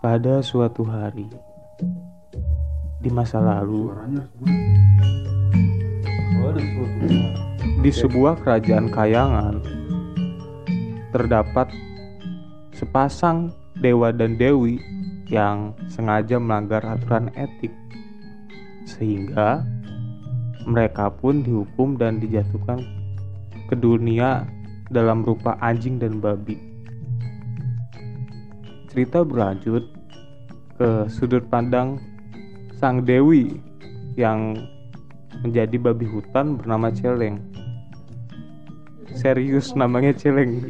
Pada suatu hari di masa lalu, di sebuah kerajaan kayangan, terdapat sepasang dewa dan dewi yang sengaja melanggar aturan etik, sehingga mereka pun dihukum dan dijatuhkan ke dunia dalam rupa anjing dan babi. Cerita berlanjut ke sudut pandang sang dewi yang menjadi babi hutan bernama Celeng. Serius namanya Celeng.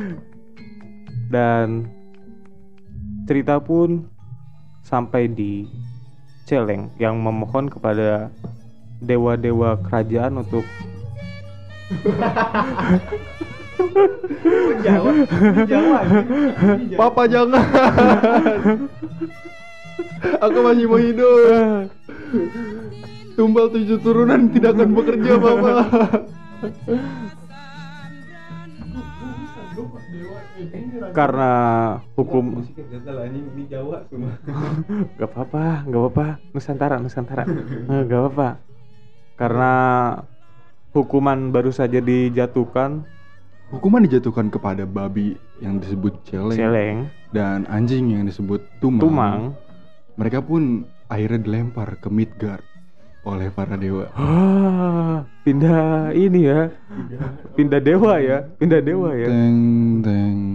Dan cerita pun sampai di Celeng yang memohon kepada dewa-dewa kerajaan untuk Jawa. Papa jangan. Aku masih mau hidup. Tumbal 7 turunan tidak akan bekerja, Papa. karena hukum gak apa-apa Nusantara gak apa-apa karena hukuman baru saja dijatuhkan. Hukuman dijatuhkan kepada babi yang disebut Celeng dan anjing yang disebut Tumang. Mereka pun akhirnya dilempar ke Midgard oleh para dewa. Pindah ini ya. Pindah dewa ya. Deng.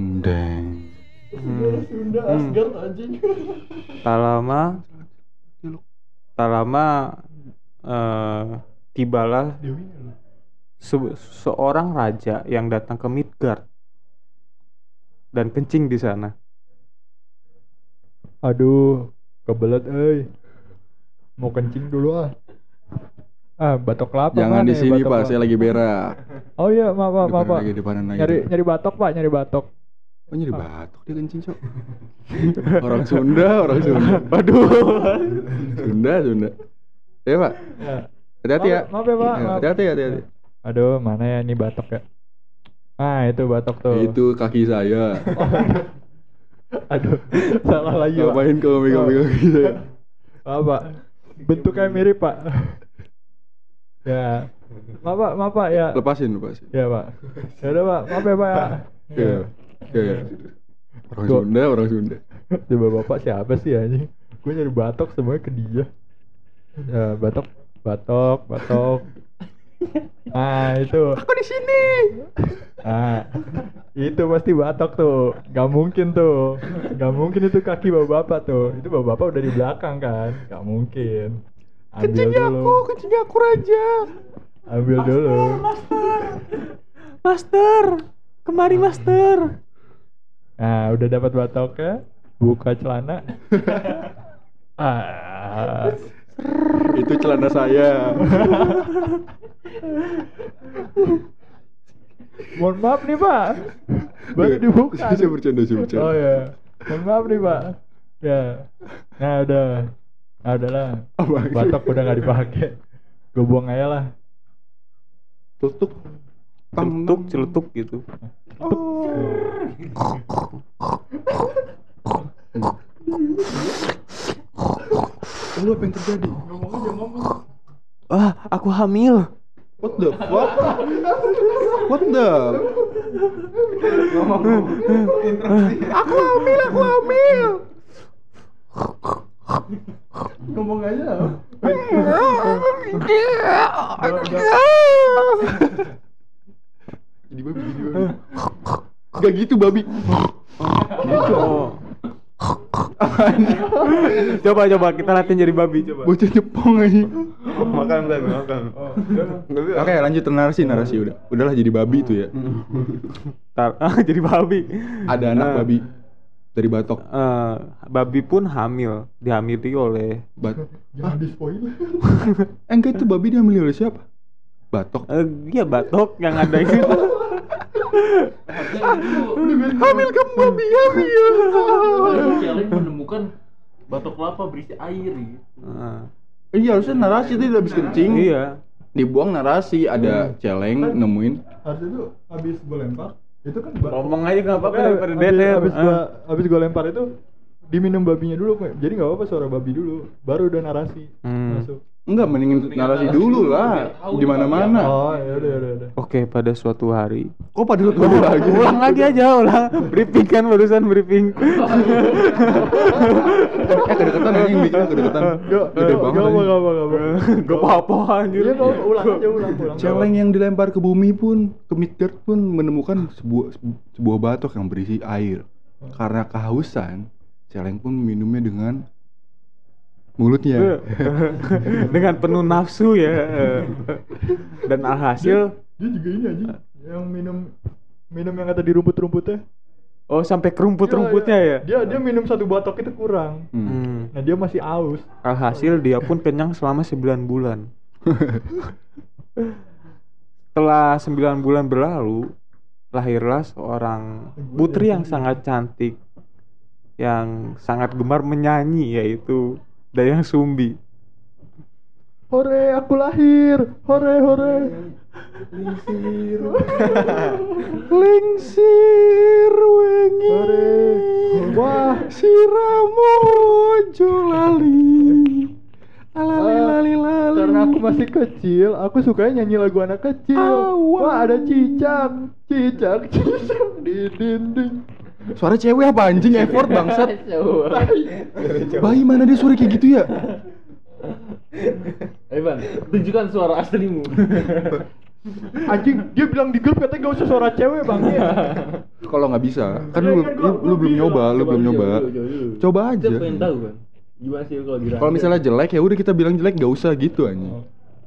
Sunda Asgard anjing. Tak lama tibalah seorang raja yang datang ke Midgard dan kencing di sana. Aduh, kebelet mau kencing dulu ah. Batok kelapa. Jangan di sini Pak, saya lagi berak. Oh iya, maaf. Lagi depanan lagi. Nyari batok Pak, nyari batok. Oh nyari batok dia kencing, Cok. Orang Sunda. Waduh. Sunda. Ya, Pak. Ya. Hati-hati ya. Maaf ya, Pak. Ya, hati-hati. Aduh, mana ya ini batok ya? Itu batok tuh. Itu kaki saya. Aduh, salah lagi. Ngapain kau megang kaki saya? Pak, bentuknya mirip Pak. Ya, maaf Pak ya. Lepasin. Ya Pak. Ya udah Pak, maaf ya Pak ya. Ya. Orang Sunda. Coba Bapak siapa sih anjing? Gue nyari batok semuanya ke dia. Ya, batok. Itu. Aku di sini. Itu pasti batok tuh. Gak mungkin itu kaki bapak tuh. Itu bapak udah di belakang kan. Gak mungkin. Kencing aku raja. Ambil dulu. Master. Kemari Master. Nah, udah dapat batoknya. Buka celana. Itu celana saya. Mohon maaf nih Pak. Baru dibuka. Saya bercanda. Oh ya. Mohon maaf nih Pak. Ya. Nah udahlah. Batok udah gak dipakai. Gue buang aja lah. Celutuk gitu. Lu apa yang terjadi? Aku hamil. What the fuck? Aku hamil. Ngomong aja. Jadi babi. Gak gitu babi. Gitu. Coba kita latihan jadi babi coba. Bocah Jepang aja. Makan. Oke, lanjut narasi udah. Udahlah jadi babi itu ya. Jadi babi. Ada anak babi dari batok. Babi pun dihamili oleh Jangan di spoiler. Enggak, itu babi diambil oleh siapa? Batok. Iya batok yang ada itu. Hamil kamu babi hamil. Celeng menemukan batok kelapa berisi air gitu. Iya, harusnya narasi itu habis kencing. Iya. Dibuang narasi, ada Celeng nemuin. Harusnya tuh habis gue lempar, itu kan Ngomong aja nggak apa-apa daripada dead. Habis gue lempar itu diminum babinya dulu. Jadi nggak apa-apa suara babi dulu, baru udah narasi masuk. Enggak, mendingin narasi dulu lah di mana-mana. Oh, ya udah. Oke, pada suatu hari. Kok pada suatu hari lagi? Ulang lagi aja, ulang. Briefing kan barusan briefing. Kedeketan anjing mikirnya kedeketan. Gede banget. Gak apa. Gak apa-apa anjir. Iya, ulang aja. Celeng yang dilempar ke bumi pun, ke Midgard pun menemukan sebuah batok yang berisi air. Karena kehausan, celeng pun minumnya dengan mulutnya. Dengan penuh nafsu ya. Dan alhasil dia juga ini aja yang minum yang kata di rumput-rumputnya. Oh, sampai ke rumput-rumputnya ya? Dia minum 1 batok itu kurang. Nah, dia masih aus. Alhasil dia pun kenyang selama 9 bulan. Setelah 9 bulan berlalu, lahirlah seorang putri yang sangat cantik, yang sangat gemar menyanyi, yaitu Dayang Sumbi. Hore, aku lahir. Hore. Lingsir wengi. Hore. Wah, Siramu jolali. Lali. karena aku masih kecil, aku sukanya nyanyi lagu anak kecil. Wah, ada cicak di dinding. Suara cewek apa anjing, effort bangsat. Bayi mana dia suara kayak gitu ya? Ayo Bang, tunjukkan suara aslimu. Anjing, dia bilang di grup katanya gak usah suara cewek bang. Kalau nggak bisa, kan lu belum nyoba, Coba aja. Kita pengen tahu kan, gimana sih kalau dirasa. Kalau misalnya jelek ya udah kita bilang jelek, nggak usah gitu anjing.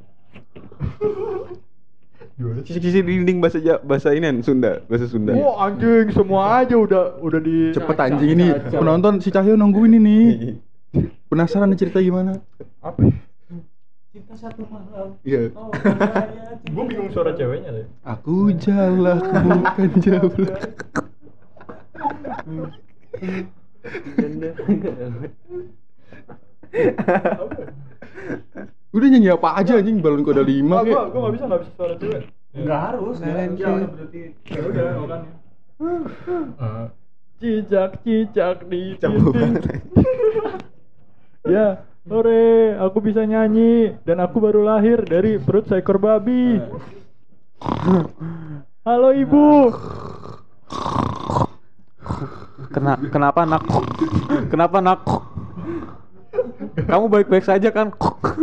Sisi dinding bahasa ini bahasa Sunda. Oh anjing, semua aja udah di. Cepet anjing ini penonton si Cahyo nungguin ini. Penasaran nih cerita gimana? Apa? Cinta satu malam. Iya. Gue bingung suara ceweknya deh. Aku jalak bukan jalak. Udah nyanyi apa aja anjing, balon kode 5 kayak. Gue gak bisa suara cewek. Enggak harus. Berarti ya udah kan. Cicak di dinding. Ya, sore, aku bisa nyanyi dan aku baru lahir dari perut seekor babi. Halo ibu. Kenapa nak? Kamu baik-baik saja kan?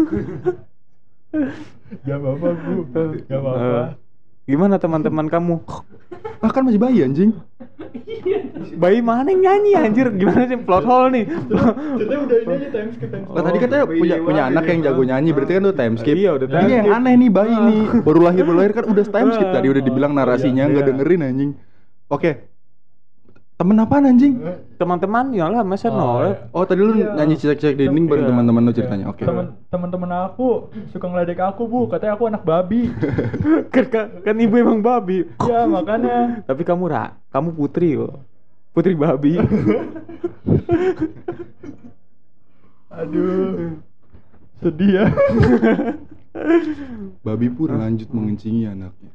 Gak apa-apa bu, gak apa-apa. Gimana teman-teman kamu? Ah kan masih bayi anjing. Bayi mana yang nyanyi anjir? Gimana sih plot hole nih? Kita udah ini aja time skip. Nah, tadi katanya punya anak yang jago nyanyi, berarti kan tuh time skip. Iya, udah time Ini skip. yang aneh nih bayi nih, baru lahir kan udah time skip tadi, udah dibilang narasinya nggak dengerin anjing. Oke. Temen apaan anjing? Teman-teman ya lah, masa nol. Oh tadi lu nyanyi cicak-cicak dinding bareng teman-teman lu ceritanya. Oke. Teman-teman aku suka ngeledek aku bu, katanya aku anak babi. kan ibu emang babi. Ya makanya. Tapi kamu putri kok. Putri babi. Aduh. Sedih ya. Babi pun lanjut mengencingi anaknya.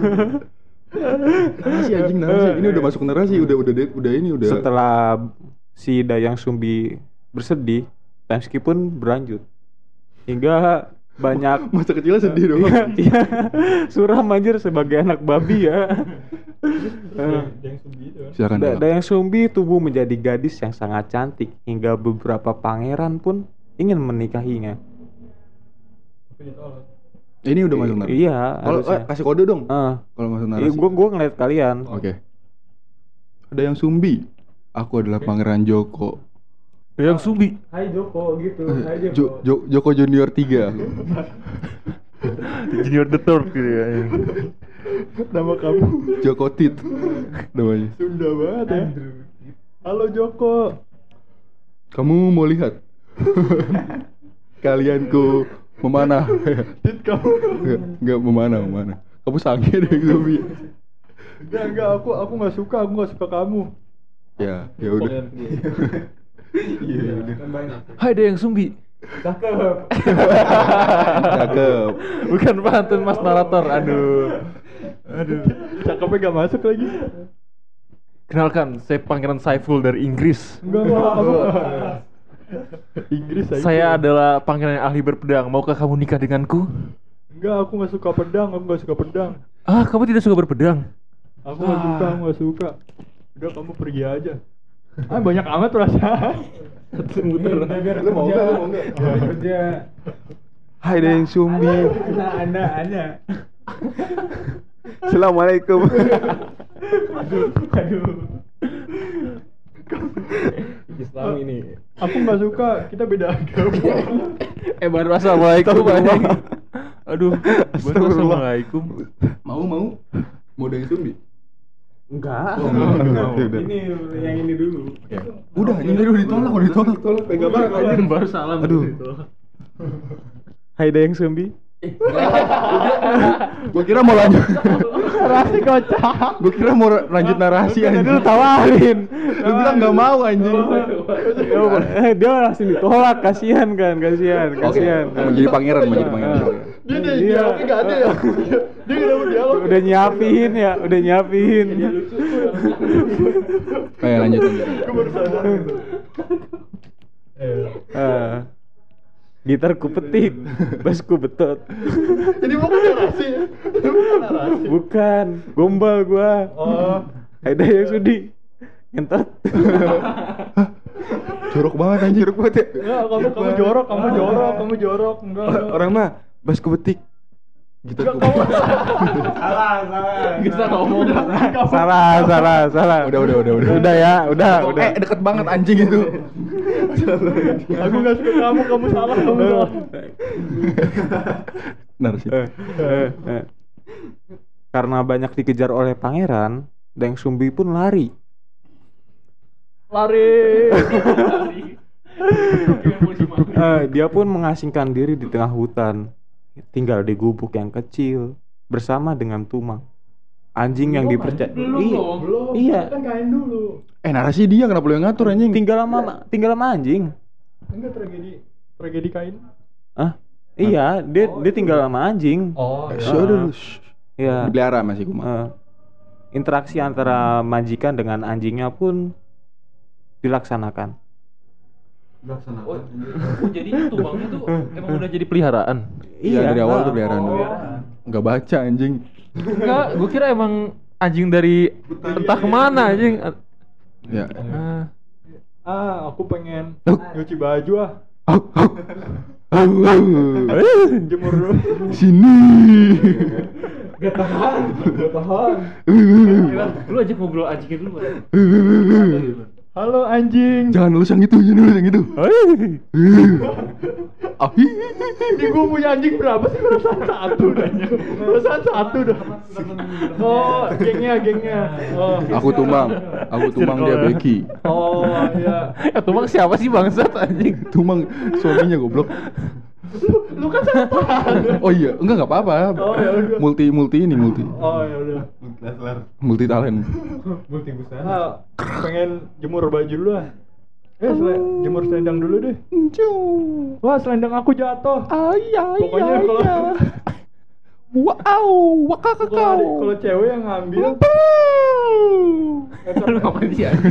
Narasi anjing, narasi. Ini udah masuk narasi, udah ini. Setelah si Dayang Sumbi bersedih, time skip pun berlanjut hingga banyak masa kecilnya sedih dong. Iya, suram anjir sebagai anak babi ya. Silakan. Dayang Sumbi tumbuh menjadi gadis yang sangat cantik hingga beberapa pangeran pun ingin menikahinya. Ini udah masuk narasi. Iya. Kalau kasih kode dong. Kalau masuk narasi. Gue ngeliat kalian. Oke. Ada yang Sumbi. Aku adalah Pangeran Joko. Yang Sumbi. Hai Joko gitu. Hai Joko. Joko Junior 3. Junior the Third gitu ya. Nama kamu Joko Tit namanya. Sunda banget ya. Halo Joko. Kamu mau lihat? Kalianku memanah. Tit kamu. Enggak memanah. Kamu sange deh Sumbi. Enggak, aku enggak suka kamu. Ya udah. Iya, kan banyak. Hai Dayang Sumbi. Cakep. Bukan pantun Mas narator. Aduh. Cakepnya gak masuk lagi. Kenalkan, saya Pangeran Saiful dari Inggris. Enggak. Inggris aja. Saya adalah pangeran yang ahli berpedang. Maukah kamu nikah denganku? Enggak, aku nggak suka pedang. Ah, kamu tidak suka berpedang? Aku nggak suka. Udah kamu pergi aja. Banyak amat perasaan. Lu mau enggak? Kerja. Hai Deng Sumbi. Anda. Assalamualaikum. Aduh. Islam ini. Aku nggak suka. Kita beda agama. Baru assalamualaikum. Aduh, baru assalamualaikum. Mau dari Sumbi? Enggak. Ini yang ini dulu. Ya. Udah, ini dulu ditolak. Pegang banget aja. Baru salam. Aduh. Hai Deng Sumbi. Gua kira mau lanjut. Narasi kocak. Gua kira mau lanjut narasi Tadi anjing. lu tawarin. Lu bilang enggak mau anjing. Dia langsung ditolak, kasihan. Mau jadi pangeran. Dia dialognya nggak ada ya. Dia nggak mau dialog. Udah nyiapin. Kayak lanjut. Gue baru sadar gitu. Gitar ku petik, bass ku betot. Ini bukan narasi. Bukan, gombal gua. Oh. Ada yang sudi. Ngentot. Jorok banget anjing. Enggak, kamu jorok. Enggak. Orang mah bas kebetik. Gitu. Salah. Kita ngomong. Salah. Udah. Udah. Deket banget anjing itu. Aku nggak suka kamu salah. Narasi. Karena banyak dikejar oleh pangeran, Deng Sumbi pun lari. Dia pun mengasingkan diri di tengah hutan, tinggal di gubuk yang kecil bersama dengan Tumang, anjing yang dipercaya. Belum. Iya. Kan kain dulu. Narasi dia kenapa lu yang ngatur anjing? Tinggal sama anjing. Enggak tragedi kain. Iya, dia tinggal sama anjing. Oh, Iya. Dipelihara masih Kuma. Interaksi antara majikan dengan anjingnya pun dilaksanakan. Oh, jadi Tumangnya tuh emang udah jadi peliharaan? Iya, dari awal tuh peliharaan dulu. Enggak baca anjing. Enggak, gue kira emang anjing dari entah kemana anjing. Ya. Aku pengen nyuci baju jemur dulu. Sini. Gak tahan. Lu ajak ngobrol anjingnya dulu. Halo anjing. Jangan lu yang itu. Ini gue punya anjing berapa sih? Perasaan satu dah. Oh, gengnya. Oh. Aku Tumang, dia Becky. Oh, iya. Tumang siapa sih bangsat anjing? Tumang suaminya goblok. Lu kan setan. Oh iya, enggak apa-apa. Oh, ya udah. Multi. Oh, ya udah. Multi talent. Pengen jemur baju dulu lah. Jemur selendang dulu deh. Wah, selendang aku jatuh. Pokoknya kalau Wow, wakakakau. Kalau cewek yang ngambil. Lu ngapain sih anjing?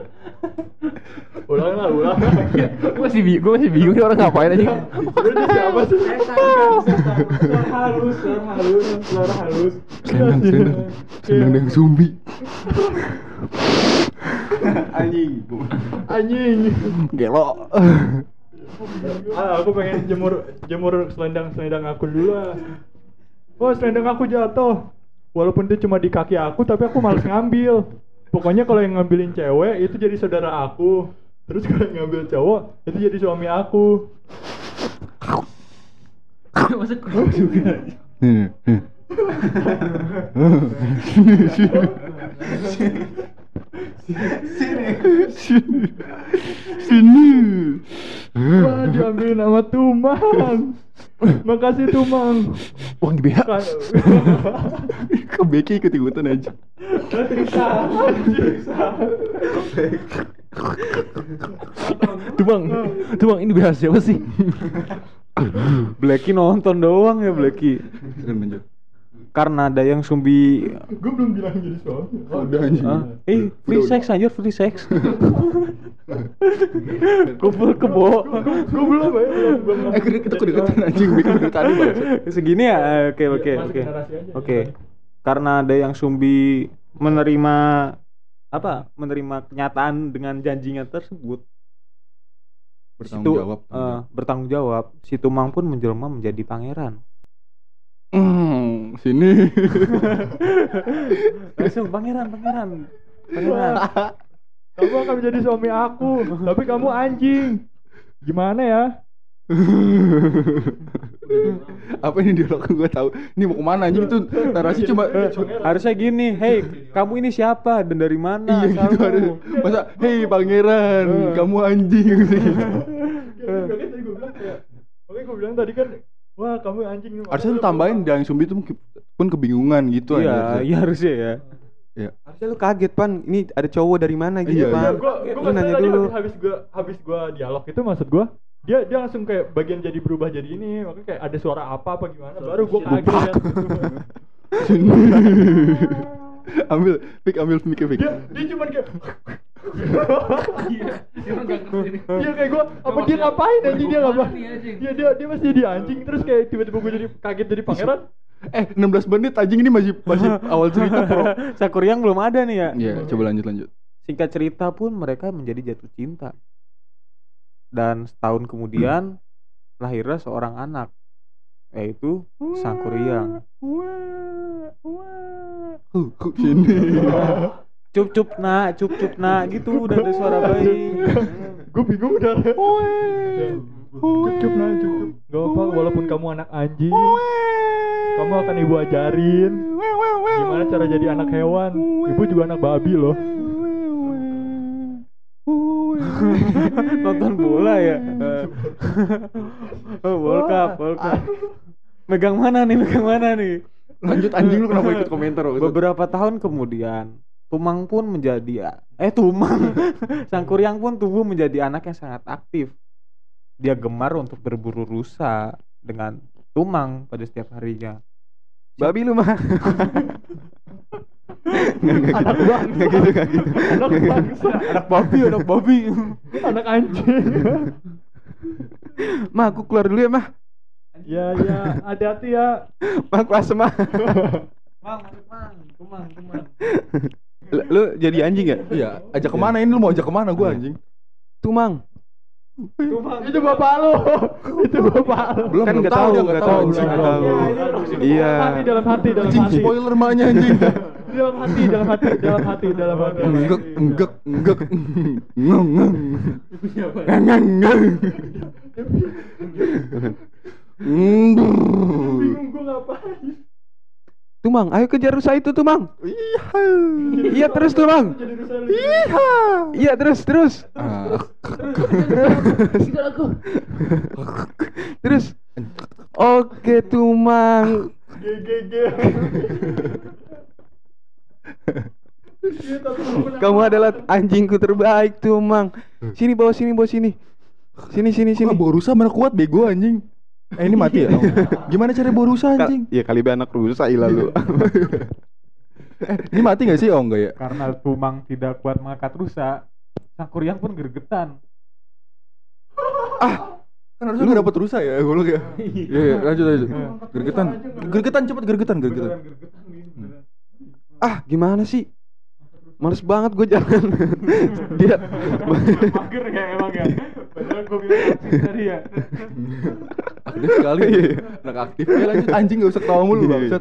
Ulang. Gue masih bingung nih orang ngapain anjing. Ini siapa sih? Suara halus. Selendang Deng Sumbi. Anjing. Gelo. Aku pengen jemur selendang aku dulu lah. Oh, selendang aku jatuh. Walaupun itu cuma di kaki aku, tapi aku malas ngambil. Pokoknya kalau yang ngambilin cewek itu jadi saudara aku. Terus kalau yang ngambil cowok itu jadi suami aku. Masa kau juga? Sini. Wah, diambil nama Tumang. Makasih Tumang. Uang di BH. Ke Becky ikut ikutan aja. Tumang ini BH siapa sih? Blacky nonton doang ya Blacky. Lanjut. Karena ada yang sumbi. Gue belum bilang jadi suami. Udah anjing. Free sex anjir, free sex. Kumpul kebo. Gue belum ya. Kita kedeketan anjing, bikin dari tadi banget. Segini ya. Oke. Karena ada yang sumbi menerima kenyataan dengan janjinya tersebut. Bertanggung jawab. Si Tumang pun menjelma menjadi pangeran. Sini. Langsung pangeran. Kamu akan menjadi suami aku, tapi kamu anjing. Gimana ya? Apa ini dialog gue tahu. Ini mau kemana anjing, itu narasi cuma harusnya gini, hey kamu ini siapa dan dari mana? Iya gitu harus. Masa hey pangeran, kamu anjing gitu. Oke gue bilang tadi kan, wah kamu anjing. Harusnya lu tambahin Dang Sumbi tuh pun kebingungan gitu aja. Iya harusnya ya. Ya. Harusnya lu kaget Pan, ini ada cowok dari mana gitu Pan. Gue nanya dulu. Habis gue dialog itu maksud gue, dia langsung kayak bagian jadi berubah jadi ini, makanya kayak ada suara apa gimana, baru gue kaget. ambil mic. Dia cuma kayak Iya kayak gue, apa dia ngapain anjing, dia ngapain? Iya dia masih jadi anjing, terus kayak tiba-tiba gue jadi kaget jadi pangeran. 16 menit anjing, ini masih awal cerita bro. Sakuriang belum ada nih ya. Iya, coba lanjut. Singkat cerita pun mereka menjadi jatuh cinta. Dan setahun kemudian lahirlah seorang anak, yaitu Sangkuriang. Sini. Cup nak gitu, udah ada suara bayi. Gue bingung udah. Cup. Gak apa, walaupun kamu anak anjing, kamu akan ibu ajarin gimana cara jadi anak hewan. Ibu juga anak babi loh. Nonton bola ya. World Cup. Megang mana nih? Lanjut anjing, lu kenapa ikut komentar? Beberapa tahun kemudian Tumang pun menjadi Sangkuriang pun tumbuh menjadi anak yang sangat aktif. Dia gemar untuk berburu rusa dengan Tumang pada setiap harinya. Babi lu mah. Nggak gitu. Anak babi. Anak anjing. Mah aku keluar dulu ya mah. Ya, hati-hati ya. Mah kelas mah. Tumang. Lu jadi anjing ya? Iya, ajak kemana ini, lu mau ajak kemana gua anjing? Tumang. Itu bapak lu. Belum Nggak tahu. Iya. Dalam hati. Anjing, spoiler mahnya anjing. Dalam hati. Enggak. Bingung gue ngapain. Tumang, ayo kejar rusa itu Tumang. Iya terus Tumang. Iya terus. Terus. Oke Tumang. Kamu adalah anjingku terbaik Tumang. Sini bawa sini. Sini. Bawa rusa mana kuat bego anjing. Ini mati ya? Gimana cara bawa rusa anjing? Ya kali anak rusa ilah lu. Ini mati gak sih? Oh enggak ya? Karena Tumang tidak kuat mengangkat rusa, Sangkuriang pun gregetan. Kan harusnya lu dapet rusa ya, golok ya. Iya, lanjut. Gregetan cepet. Gimana sih? Males banget gue jalan. Dia mager ya emang ya. Padahal gue bilang tadi ya. Aktif sekali. Anak aktif. Ya lanjut anjing, gak usah ketawa mulu bangsat.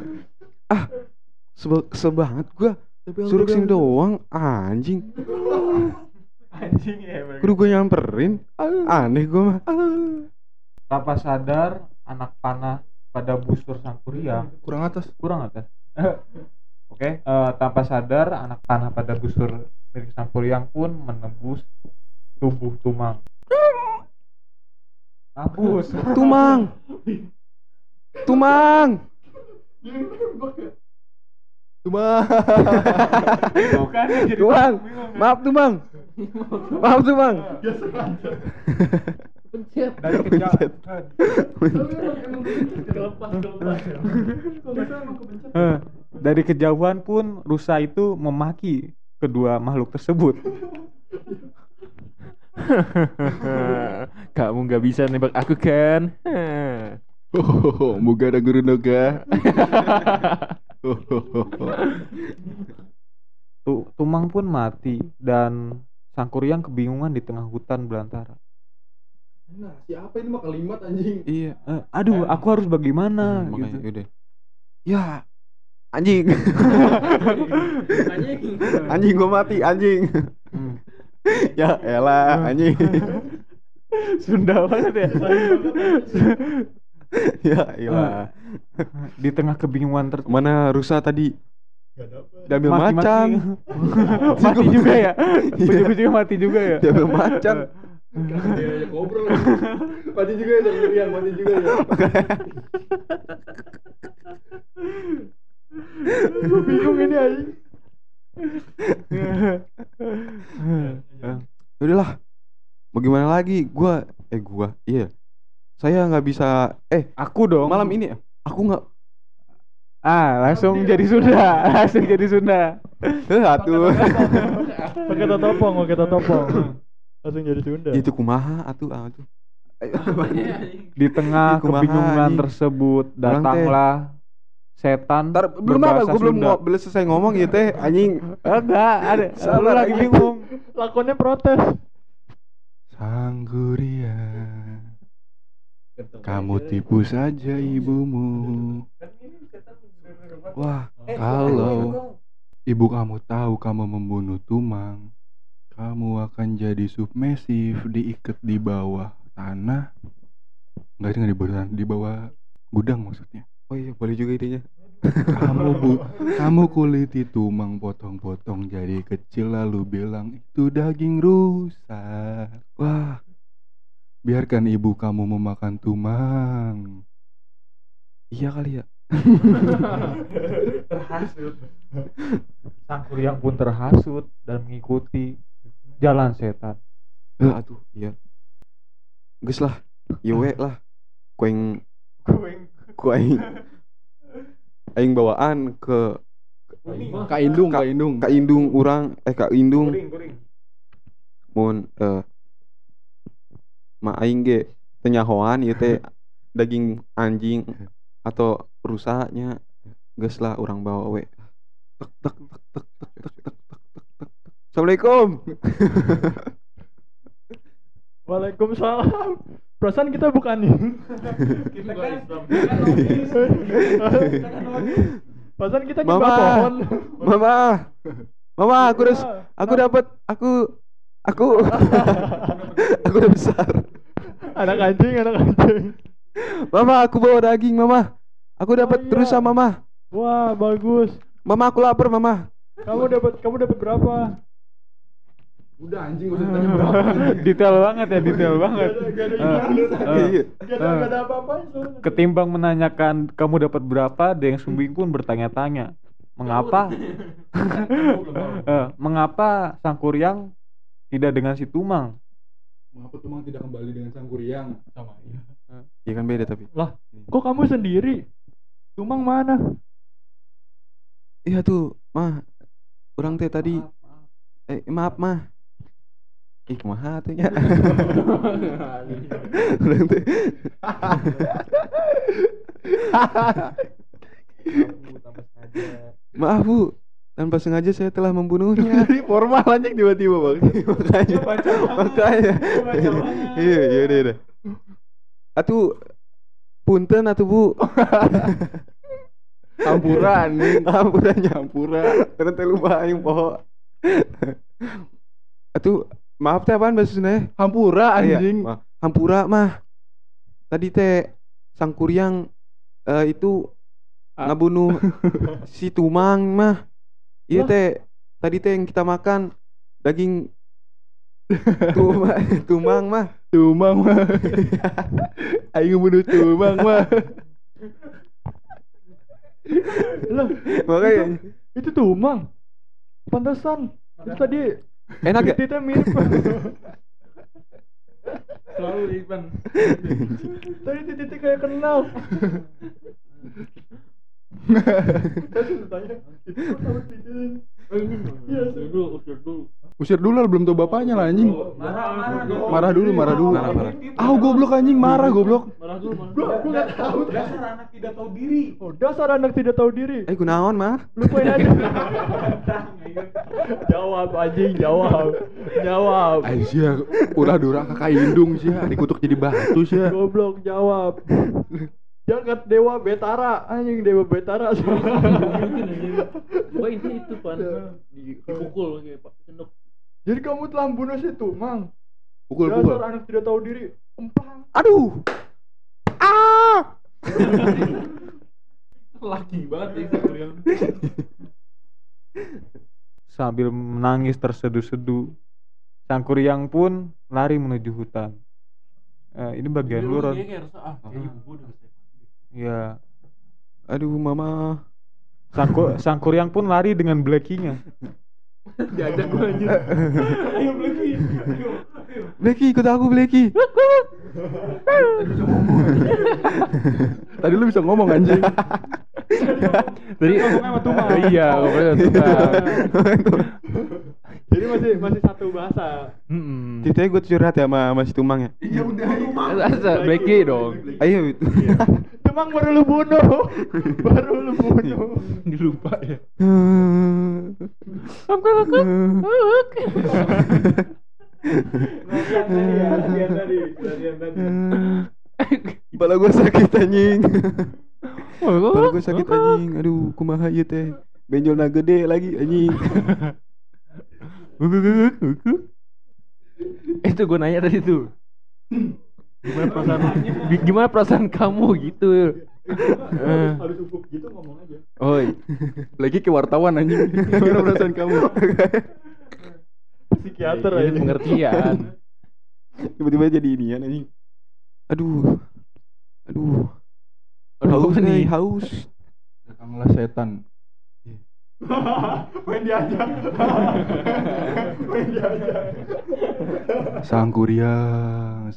Kesel banget gue. Suruh kesini doang anjing. Anjing ya. Kudu gue nyamperin. Aneh gue mah. Tanpa sadar anak panah pada busur Sangkuriang Kurang atas. Oke, tanpa sadar anak panah pada busur milik Sangkuriang pun menembus tubuh Tumang. Mampus. Tumang. Bukan jadi Tumang. Maaf Tumang. Kepencet. Dari kejauhan. Kelepas. Dari kejauhan pun rusa itu memaki kedua makhluk tersebut. Kamu nggak bisa nembak aku kan? Muga ada guru noga. Tumang pun mati dan Sang Kuryang kebingungan di tengah hutan belantara. Nah, siapa ini mah kalimat anjing? Iya. Aduh, aku harus bagaimana? Makanya Gitu. udah. Ya, anjing. Anjing gua mati, anjing. Ya elah, anjing. Sunda banget ya. Ya elah. Di tengah kebingungan Mana rusa tadi? Diambil Maki-maki. macan. Mati juga ya. Ujung-ujungnya mati juga ya. Diambil macan. Dia ngobrol. Mati juga ya, Sang mati juga ya. Gue bingung ini anjing. Udahlah. Mau gimana lagi? Iya. Saya nggak bisa. Aku dong. Malam ini aku nggak. Langsung jadi Sunda. Langsung jadi Sunda. Atuh. Pakai totopong. Langsung jadi Sunda. Itu kumaha atuh. Di tengah Kumaha, kebingungan anjing. tersebut datanglah setan. Belum apa? berbahasa Gue Sunda. belum selesai ngomong ya teh. Anjing. Enggak, ada. Lu Sabar, lagi anjing. bingung. Lakonnya protes. Sang Kuryang, kamu tipu saja ibumu. Wah, kalau ibu kamu tahu kamu membunuh Tumang, kamu akan jadi submersif, diikat di bawah tanah. Enggak di bawah gudang maksudnya. Oh iya, boleh juga idenya. Kamu kuliti Tumang potong-potong jadi kecil lalu bilang itu daging rusa. Wah, biarkan ibu kamu memakan Tumang. Iya kali ya. Terhasut. Sang Kuryang pun terhasut dan mengikuti jalan setan. Aduh, iya. Geus lah. Yewe lah. Kuing aing bawaan ke Kak Indung. Kak Indung urang Kak Indung mun ma aing ge teu nyahoan ieu teh daging anjing atau rusanya geus lah urang bawa we. Tek. Assalamualaikum. Waalaikumsalam. Perasaan kita bukan nih. Kita kan Islam. Perasaan kita nyembah pohon. Mama, aku udah besar. Anak anjing. Mama, aku bawa daging, Mama. Aku dapat iya. rusa, Mama. Wah, bagus. Mama, aku lapar, Mama. Kamu dapat berapa? Udah anjing usah tanya berapa. Detail banget. Gak ada apa-apa. Ketimbang menanyakan kamu dapat berapa, Deng Sumbing pun bertanya-tanya, mengapa? Mengapa Sang Kuryang tidak dengan si Tumang? Mengapa Tumang tidak kembali dengan Sang Kuryang? Sama iya. Iya kan beda tapi. Lah, kok kamu sendiri? Tumang mana? Iya tuh, Mah. Orang teh tadi maaf, Mah. Kumaha tuh nya. Orang teh. Maaf, Bu. Tanpa sengaja saya telah membunuhnya. Jadi formal anjing tiba-tiba, Bang. Makanya. Iya deh. Atuh punten atuh, Bu. Hampura anjing. Hampura. Karena teh lupa aing poho. Atuh maaf teh apaan bahasa Sunda? Hampura anjing. Iya, hampura mah. Tadi teh Sang Kuryang itu ngabunuh si Tumang mah. Iya teh tadi teh yang kita makan daging Tumang mah. Aing bunuh Tumang mah. Lah, Makanya itu Tumang. Pantesan. Terus tadi enak ya? titiknya mirip. Selalu Ipan. Tadi titik kayak kenal. Saya sudah tanya. Itu tahu titik. Iya, Usir dulu. Usir dulu lah, belum tahu bapaknya lah anjing. Marah dulu. Marah. Goblok anjing, marah goblok. Marah dulu. Gua enggak tahu. Dasar anak tidak tahu diri. Oh, dasar anak tidak tahu diri. Kunaon mah? Lupain aja. Jawab anjing, jawab. Aisyah, ulah kakak indung sih, dikutuk jadi batu sih. Goblok, jawab. Jagat Dewa Betara, anjing Dewa Betara. Pokoknya intinya itu Pan, dipukul kayak Pak Cendok. Jadi kamu telah membunuh si Tumang. Pukul. Dasar anak tidak tahu diri. Empang. Aduh. Laki banget ya Sangkuriang. Sambil menangis terseduh-seduh, Sangkuriang pun lari menuju hutan. Ini bagian lu, Ron. Ya. Aduh mama. Sangkuriang pun lari dengan Blackie-nya. Diajak gua anjir. Ayo Blacky. Blackie, ikut aku Blackie. Tadi lu bisa ngomong anjing. Tadi Ngomongnya sama Tumang. Iya, ngomongnya sama Tumang. Jadi masih satu bahasa. Ceritanya gue curhat ya sama si Tumang ya. Iya udah. Asa, Blacky dong. Ayo. Tumang baru lu bunuh. Dilupa ya. Latihan tadi. Kepala gue sakit anjing. Aduh, kumaha ieu teh. Benjolna gede lagi anjing. Itu gue nanya tadi tuh. Gimana perasaan kamu gitu? Harus ufuk gitu ngomong aja. Oi. Lagi ke wartawan anjing. Gimana perasaan kamu? Psikiater Ini aja. pengertian. Tiba-tiba jadi inian anjing. Aduh. Aduh, nih. Haus. Datanglah setan. Main dia aja. Sangkuriang.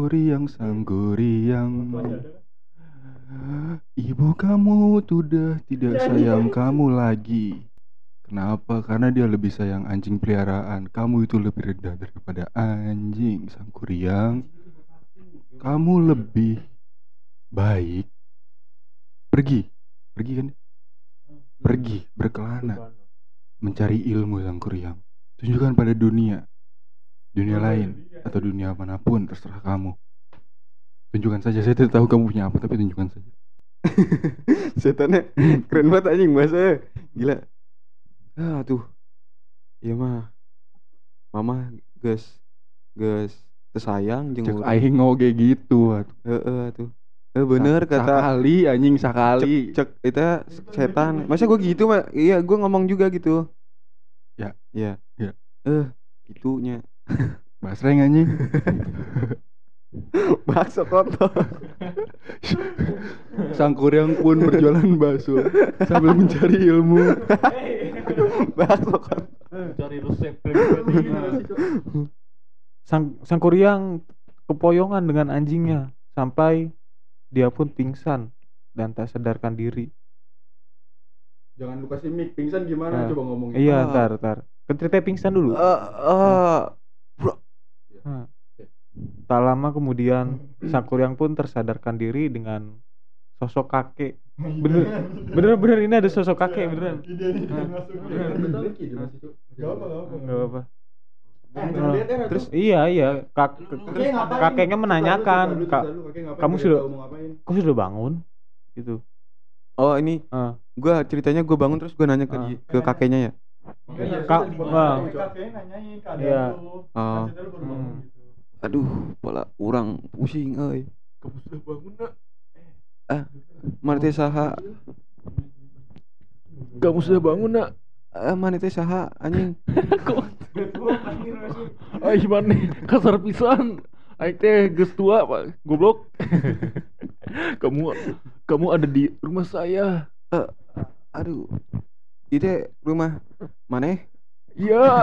Ibu kamu sudah tidak sayang kamu lagi. Kenapa? Karena dia lebih sayang anjing peliharaan. Kamu itu lebih rendah daripada anjing, Sangkuriang. Kamu lebih baik pergi kan? Pergi berkelana mencari ilmu, Sangkuriang. Tunjukkan pada dunia lain atau dunia manapun, terserah kamu. Tunjukkan saja, saya tidak tahu kamu punya apa, tapi tunjukkan saja. Setannya keren banget anjing bahasa. Gila. Tuh. Iya mah. Mama geus tersayang jeung Cek aing ngoge gitu atuh. tuh. Bener kata sakali anjing sakali. Cek itu setan. Masa gue gitu mah? Iya, gue ngomong juga gitu. Ya. Gitunya. Basreng anjing. Bakso kotor. Sangkuriang pun berjualan bakso sambil mencari ilmu. Bakso kotor. Cari resep. Sangkuriang kepoyongan dengan anjingnya sampai dia pun pingsan dan tak sadarkan diri. Jangan lu kasih mic, pingsan gimana coba ngomong. Iya, ntar. Kan ceritanya pingsan dulu. Bro. Tak lama kemudian Sangkuriang pun tersadarkan diri dengan sosok kakek. Bener ini ada sosok kakek beneran. Gak apa. Terus iya kakeknya menanyakan, kamu sudah bangun gitu. Oh ini gua ceritanya gue bangun terus gue nanya ke kakeknya ya. Kakeknya nanyain keadaan lu. Cerita lu baru bangun gitu. Aduh, kepala urang pusing euy. Kamu sudah bangun nak? Mana teh saha? Kamu sudah bangun nak? Mana teh saha anjing? Gimana nih? Kasar pisan. Aing teh geus tua, Pak. Goblok. Kamu ada di rumah saya. Aduh. Itu rumah maneh? Iya.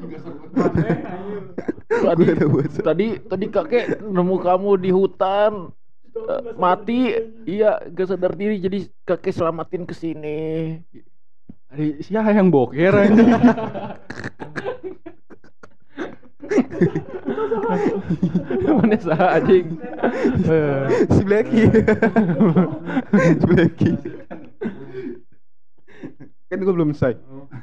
Gua ada bahasa. Tadi kakek nemu kamu di hutan. Mati. Iya, gak sadar diri jadi kakek selamatin ke sini. Siapa yang boker anjing? Mana sah anjing. Si Blacky. Si Blacky. Kan gue belum selesai.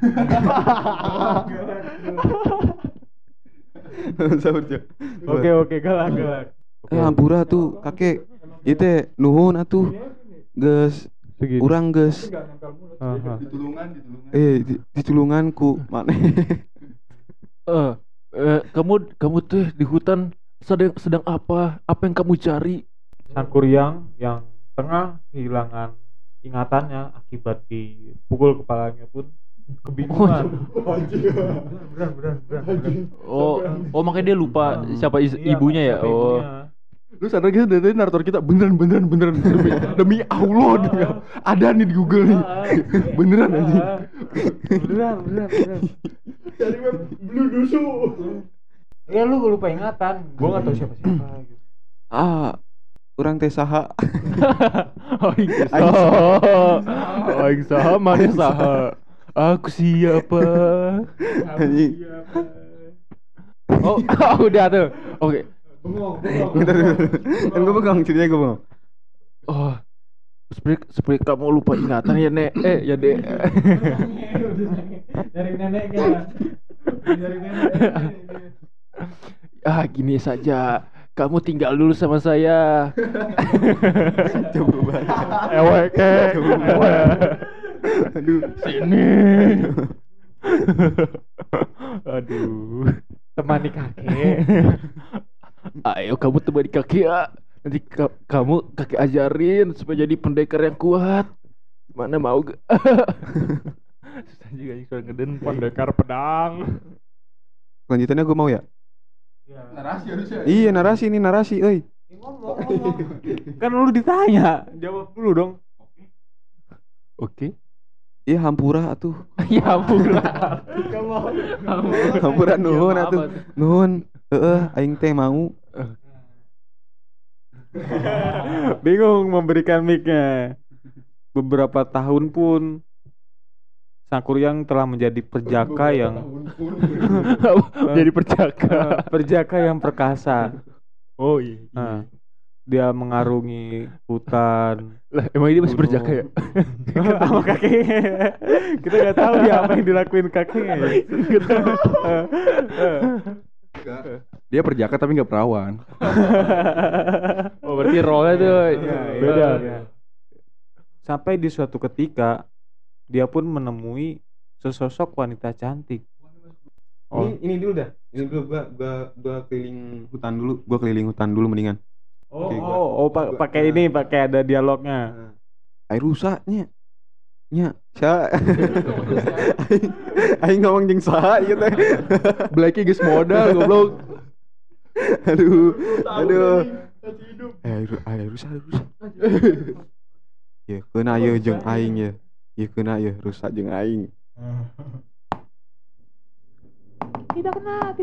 Sabar, Cok. Oke, galak. Hampura tuh kakek. Itu nuhun atuh. Geus urang geus. Ditulunganku maneh. Kamu tuh di hutan sedang apa? Apa yang kamu cari? Sangkuriang yang tengah kehilangan ingatannya akibat dipukul kepalanya pun kebingungan. Beran. Oh makanya dia lupa siapa ibunya ya. Oh. Lu sadar gitu dari narator kita beneran demi Allah demi Allah. Ada nih di Google nih. Beneran anjing. Beneran. Dari web Blue Dusu. Ya lu lupa ingatan. Gua enggak tahu siapa gitu. Urang teh saha? Aing saha mana saha? Aku siapa? Oh, udah tuh. Oke. Bengong. Kan gue pegang ceritanya gue bengong. Oh, seperti kamu lupa ingatan ya Nek. Ya Dek. Dari nenek kan. Gini saja. Kamu tinggal dulu sama saya. Coba banget. Ewek. Aduh, Sini. Aduh. Temani kakek. Ayo kamu temani kakek ya. Nanti kamu kakek ajarin supaya jadi pendekar yang kuat. Mana mau gak? Susah juga nih soal ngeden. Pendekar pedang. Selanjutnya gue mau ya. Narasi harusnya. Iya narasi, euy. Ngomong. Kan lu ditanya, jawab dulu dong. Oke. Iya hampura atuh. Ya ampun. Hampura nuhun atuh. Nuhun. Aing teh mau. Bingung memberikan mic-nya. Beberapa tahun pun Sangkuriang telah menjadi perjaka yang Jadi perjaka. perjaka yang perkasa. Oh iya. Dia mengarungi hutan. Lah emang ini masih perjaka ya? Sama kakeknya. Kita nggak tahu dia apa yang dilakuin kakeknya. Dia perjaka tapi nggak perawan. Oh berarti role-nya tuh beda. Ya. Sampai di suatu ketika dia pun menemui sesosok wanita cantik. Oh. Ini dulu dah. Ini dulu gua keliling hutan dulu mendingan. Pakai ini, pakai ada dialognya. Air rusaknya. Nya, sa. Aing ngomong jeung saha ieu teh. Blacky geus modal goblok. Aduh. Air rusak. Ya, keuna ieu jeung aing ya. Ieu keuna ieu rusak jeung aing. Tidak kena.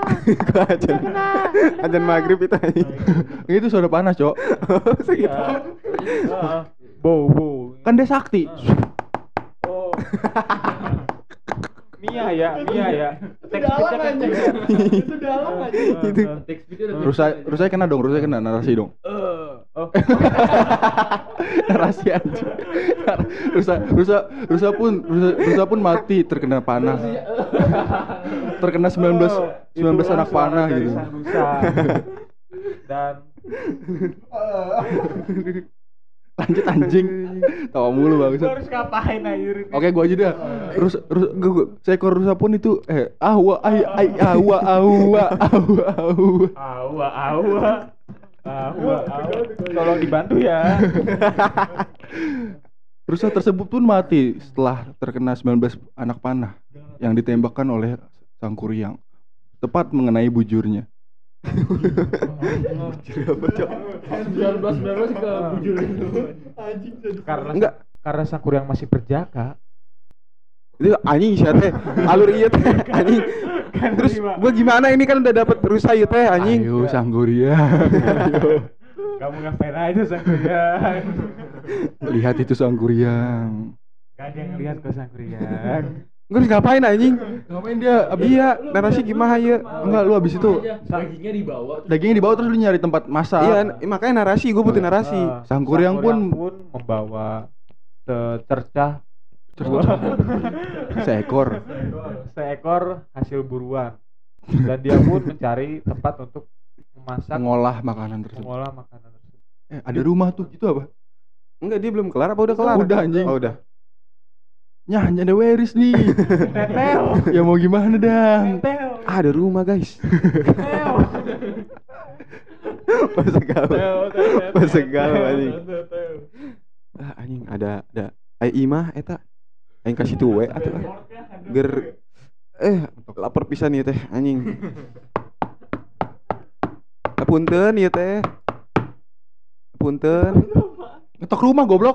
Ajan maghrib itu aing. Itu sudah panas, Cok. Segitu. Bow. Kan dia sakti. Oh. Mia ya. Dalam aja. Itu dalam aja. Itu. Rusai kena dong, narasi dong. Narasi aja. Rusa pun mati terkena panah. Terkena 19 anak panah gitu. Dan Lanjut anjing. Tawa mulu bagus. Harus ngapain air? Oke, gua aja dah. Seekor rusa pun itu awa. tolong dibantu ya. Rusa tersebut pun mati setelah terkena 19 anak panah yang ditembakkan oleh Sangkuriang tepat mengenai bujurnya. Bujur apa, Cok? 19 ke bujur itu. Karena Sangkuriang masih perjaka. Itu anjing sih teh. Alur iya teh anjing. Terus gua gimana ini kan udah dapat rusa ieu teh anjing. Ayo Sangguriang. Kamu ngapain aja Sangguriang? Lihat itu Sangguriang. Gak ada yang lihat kok Sangguriang. Gua harus ngapain anjing? Ngapain dia? Iya, narasi gimana ya? Enggak, lu abis itu dagingnya dibawa. dagingnya dibawa terus lu nyari tempat masak. Iya, makanya narasi gua butuh narasi. Sangguriang pun membawa secercah seekor hasil buruan dan dia pun mencari tempat untuk mengolah makanan tersebut. Ada rumah tuh, itu apa? Enggak, dia belum kelar apa udah kelar? Udah anjing. Oh, udah. Nyah, ada Weris nih. Ya mau gimana dang? Ada rumah guys. Masa gaul anjing. Anjing ada ai imah eta. Aing kasih tuwe atuh. Ger lapar pisan ieu teh anjing. Punten ieu teh. Punten. Ngetok rumah goblok.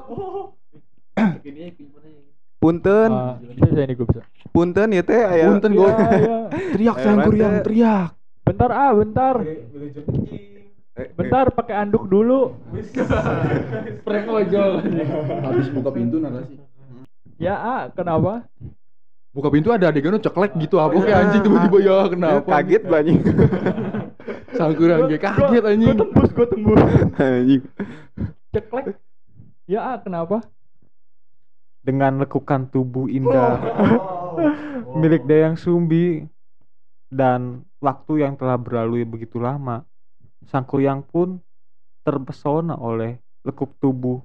Punten. Bisa ini gue bisa. Punten ieu teh aya. Punten go. Teriak Sangguriang, teriak. Bentar bentar. Bentar pakai anduk dulu. Prank ojol. Habis buka pintu narasi. Ya, kenapa? Buka pintu ada adegan ceklek gitu apa kayak anjing tiba-tiba ya kenapa? Kaget gua anjing. Sangguriang ge kaget anjing. Gua tembus. Anjing. Ceklek. Ya, kenapa? Dengan lekukan tubuh indah milik Dayang Sumbi dan waktu yang telah berlalu begitu lama, Sangguriang pun terpesona oleh lekuk tubuh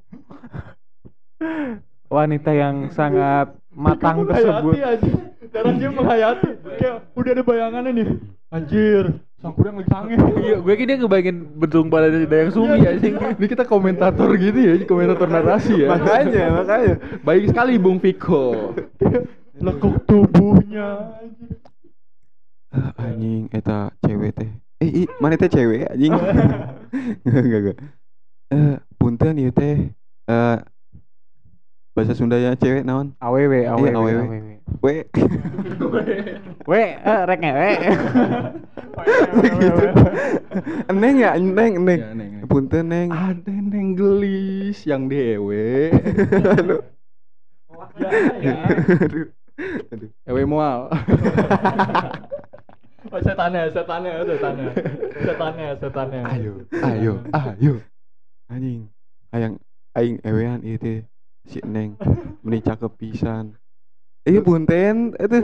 wanita yang sangat matang tersebut. Darah dia menghayati. Kayak udah ada bayangannya nih. Anjir, Sangguriang lagi sange. Iya, gue kira ngebayangin bedung pada Dayang Sumbi anjing. Ini kita komentator gitu ya, komentator narasi ya. Makanya. Baik sekali Bung Viko. Lekuk tubuhnya. Anjing eta cewek teh. Mana teh cewek anjing. Enggak. Punten ieu teh. Bahasa Sundanya cewek naon? Awewe. We. Rek ngewe. Gitu. Neng ya, neng. Ya, neng. Punten neng. Ada neng gelis yang dewe. Aduh. Ewe mual. Oh, setannya. Ayo. Anjing. Aing ewean ieu teh si neng meni cakep pisan. Punten eta.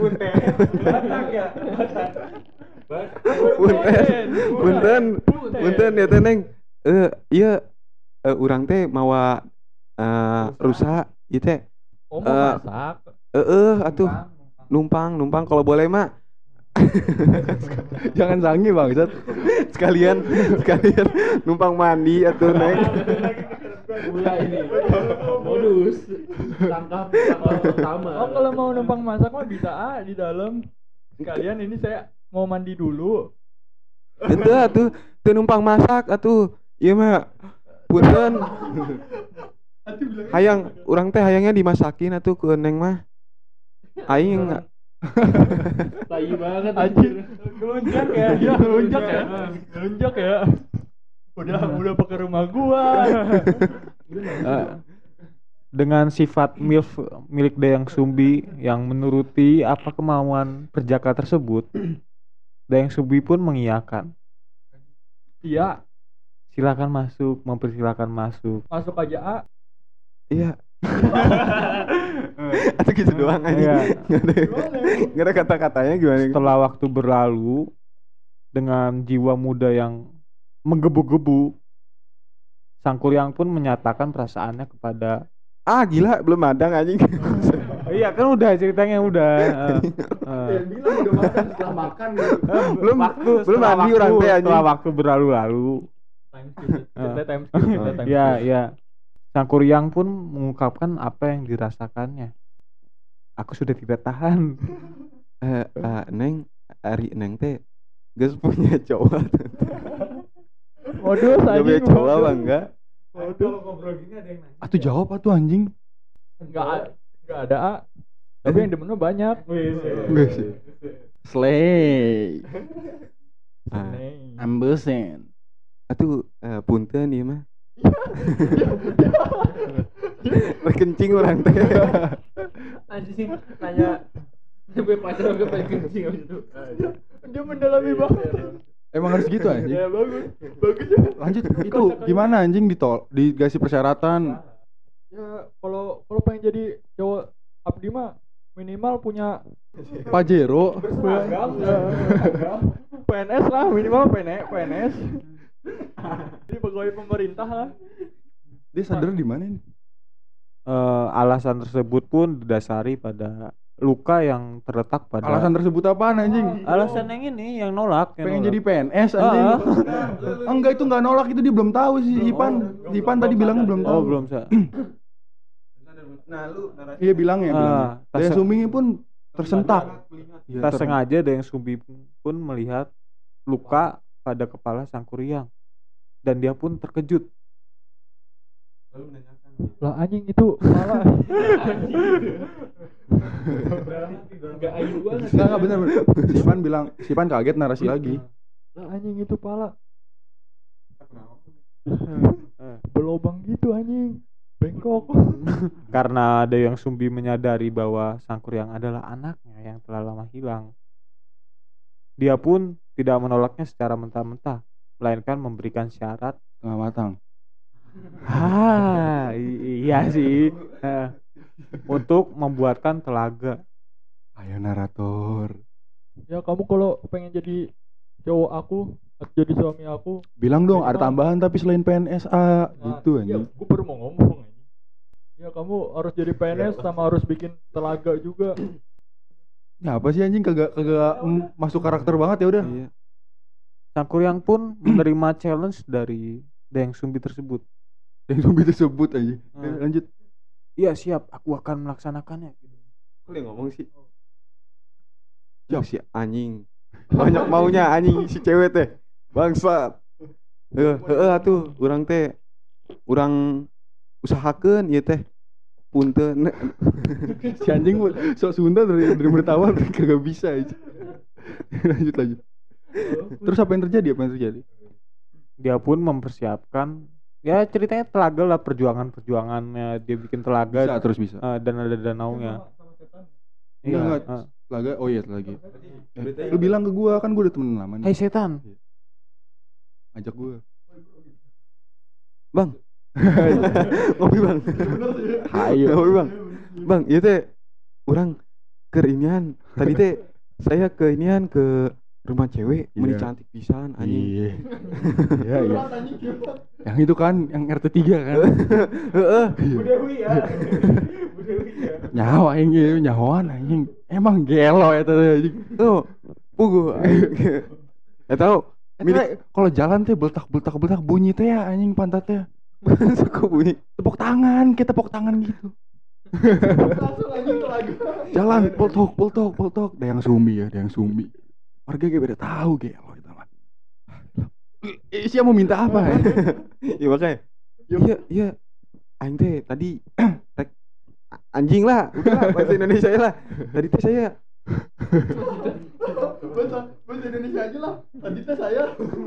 Punten ya teh neng. Ieu urang teh mawa rusa ieu teh. Oh, mau masak. Atuh numpang kalau boleh mah. Jangan sangi bangsat. sekalian numpang mandi atuh neng. Mulai ini modus tangkap pertama. Oh, kalau mau numpang masak mah bisa di dalam. Sekalian ini saya mau mandi dulu. Itu atuh teu numpang masak atuh. Ieu mah punten. Hayang urang teh hayangnya dimasakin atuh ke neng mah. Aing Tai banget anjir. Gelunjak ya. Udah pakai rumah gua. Dengan sifat MILF milik Dayang Sumbi yang menuruti apa kemauan perjaka tersebut, Dayang Sumbi pun mengiyakan. Iya, Silakan masuk, mempersilakan masuk. masuk aja A. iya. Atau gitu doang aja. Iya. Enggak ada kata-katanya gimana? Setelah waktu berlalu dengan jiwa muda yang menggebu-gebu, Sangguriang pun menyatakan perasaannya kepada Gila belum madang anjing. iya kan udah ceritanya udah. bilang udah makan setelah makan gitu. belum mandi orang teh anjing. Setelah waktu berlalu-lalu. Time. Ya. Sangguriang pun mengungkapkan apa yang dirasakannya. Aku sudah tidak tahan. Neng, Ari neng teh geus punya cowok. Waduh, Gak punya cowok apa enggak? Waduh, Atuh jawab atuh anjing. enggak ada A. Tapi yang demennya banyak. Enggak sih. Slay. Ambesen. Atuh punten ieu mah. Kencing orang teh. Anjing nanya sampai pacar gue pengen kencing abis itu. Dia mendalami banget. Emang harus gitu anjing. Ya bagus. Bagus. Lanjut itu gimana anjing dikasih persyaratan? Ya kalau pengen jadi cowok abdi mah minimal punya Pajero. PNS lah, minimal PNS. Jadi pegawai pemerintah lah. Dia sadar di mana nih? Alasan tersebut pun didasari pada luka yang terletak pada Alasan tersebut apaan anjing? alasan yang ini yang nolak Pengen jadi PNS anjing. Enggak itu enggak nolak, itu dia belum tahu sih Ipan tadi bilangnya belum tahu. Oh belum sa. Nah, lu narasi. Iya bilangnya. Dan Suming pun tersentak. Tak sengaja Dayang Sumbi pun melihat luka pada kepala Sang Kuryang dan dia pun terkejut. Lalu menanyakan. Lah anjing itu malah Enggak ayu banget. Enggak benar. Si Ipan kaget narasi lagi. lah anjing itu pala berlobang gitu anjing. Bengkok. Karena Dayang Sumbi menyadari bahwa Sang Kuryang adalah anaknya yang telah lama hilang. Dia pun tidak menolaknya secara mentah-mentah, melainkan memberikan syarat Tengah matang. Iya sih. Untuk membuatkan telaga. Ayo narator. Ya kamu kalau pengen jadi cowok aku atau jadi suami aku, Bilang dong ada tambahan tapi selain PNSA gitu ya anjing. gue baru mau ngomong anjing. Ya kamu harus jadi PNS sama harus bikin telaga juga. Ya apa sih anjing kagak masuk karakter banget ya udah. Iya. Sang Kuryang pun menerima challenge dari Dayang Sumbi tersebut. Yang Sumbi tersebut anjing. Lanjut. Iya siap, aku akan melaksanakannya. Kok dia ngomong sih? Ya si anjing. Banyak maunya anjing si cewek teh. Bangsat. Atuh urang teh urang usahakeun ieu teh. Punten. Si anjing sok Sunda dari bertawar kagak bisa aja. Lanjut. Terus apa yang terjadi? Dia pun mempersiapkan ya ceritanya telaga lah, perjuangannya dia bikin telaga Bisa. dan ada danaunya. Enggak. Telaga. Oh iya telaga. Lu bilang ke gua kan gua udah temen lama nih. Hai setan. Ajak gua. Bang. Ngopi bang. Hayo. Ngopi bang. Bang, ieu teh urang keur inian. Tadi teh saya ke inian ke rumah cewek, meni cantik pisan anjing. Iya. Yang itu kan yang RT 3 kan. Heeh. Bu Dewi ya. Nyawa anjing, nyahoan anjing. Emang gelo eta anjing. Tuh, pugu. Ya tahu, Kalau jalan teh beltak bunyi teh ya anjing pantatnya. suka bunyi. Tepuk tangan, kita tepuk tangan gitu. Langsung anjing telaga. Jalan poltok. Dayang Sumbi. Warga gak beda tahu gelo kita mah. Siapa mau minta apa ya? Iya makanya. Iya. Aing teh tadi rek anjing lah, udah bahasa Indonesia lah. Tadi teh saya Bahasa Indonesia aja lah. Tadi teh saya.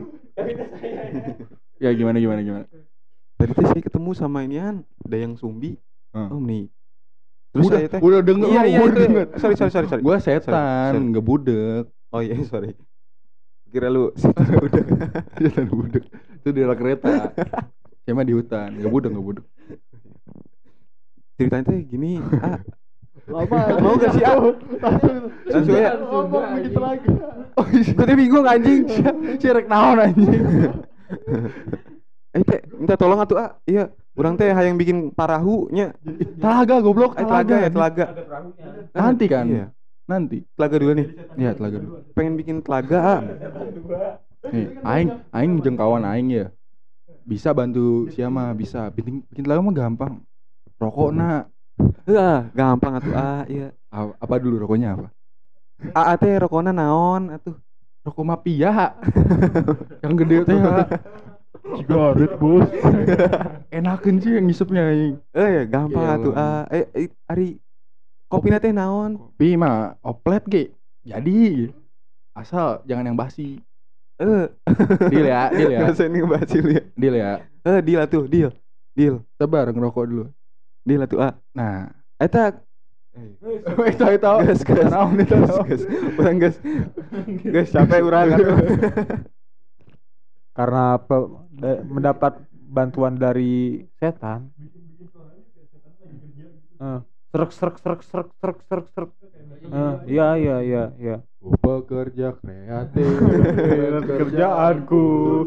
Ya gimana? Tadi teh saya ketemu sama inian Dayang Sumbi. Om nih. Terus Udah, saya teh udah denger. Iya Gua itu. denger. Sorry. Gua setan, Sorry. nggak budek. Oh iya, sorry. Kira lu udah. Setan budek. Itu di dalam kereta. Saya mah di hutan, nggak budek. Ceritanya teh gini, Lama. mau gak sih langsung ya. Ngomong begitu lagi. Oh, gue teh bingung anjing. Cirek naon anjing. Teh minta tolong atuh iya, urang teh hayang bikin parahu nya. Telaga goblok, Telaga. Nanti kan. Iya. Nanti. Telaga dulu nih. Iya, telaga dulu. Pengen bikin telaga. Nih, aing jeung kawan aing ya. Bisa bantu siapa? Bisa. Bikin telaga mah gampang. Rokok nak. Gampang atuh iya. Apa dulu rokoknya apa? Teh rokona naon atuh? Rokok mafia. Yang gede teh. Cigaret bos. Enakeun sih yang ngisepnya anjing. Ya gampang Gila. atuh. Ari Kopi teh naon? Kopi mah oplet ge. Jadi asal jangan yang basi. Deal ya. Rasain ngebahas ya. Deal ya. Deal atuh, deal. Sabar ngerokok dulu. Deal atuh, ah. Nah, Eta itu. gas. Urang gas. Gas capek urang kan. Karena mendapat bantuan dari setan. Serak. Iya. pekerja kreatif Kerjaanku.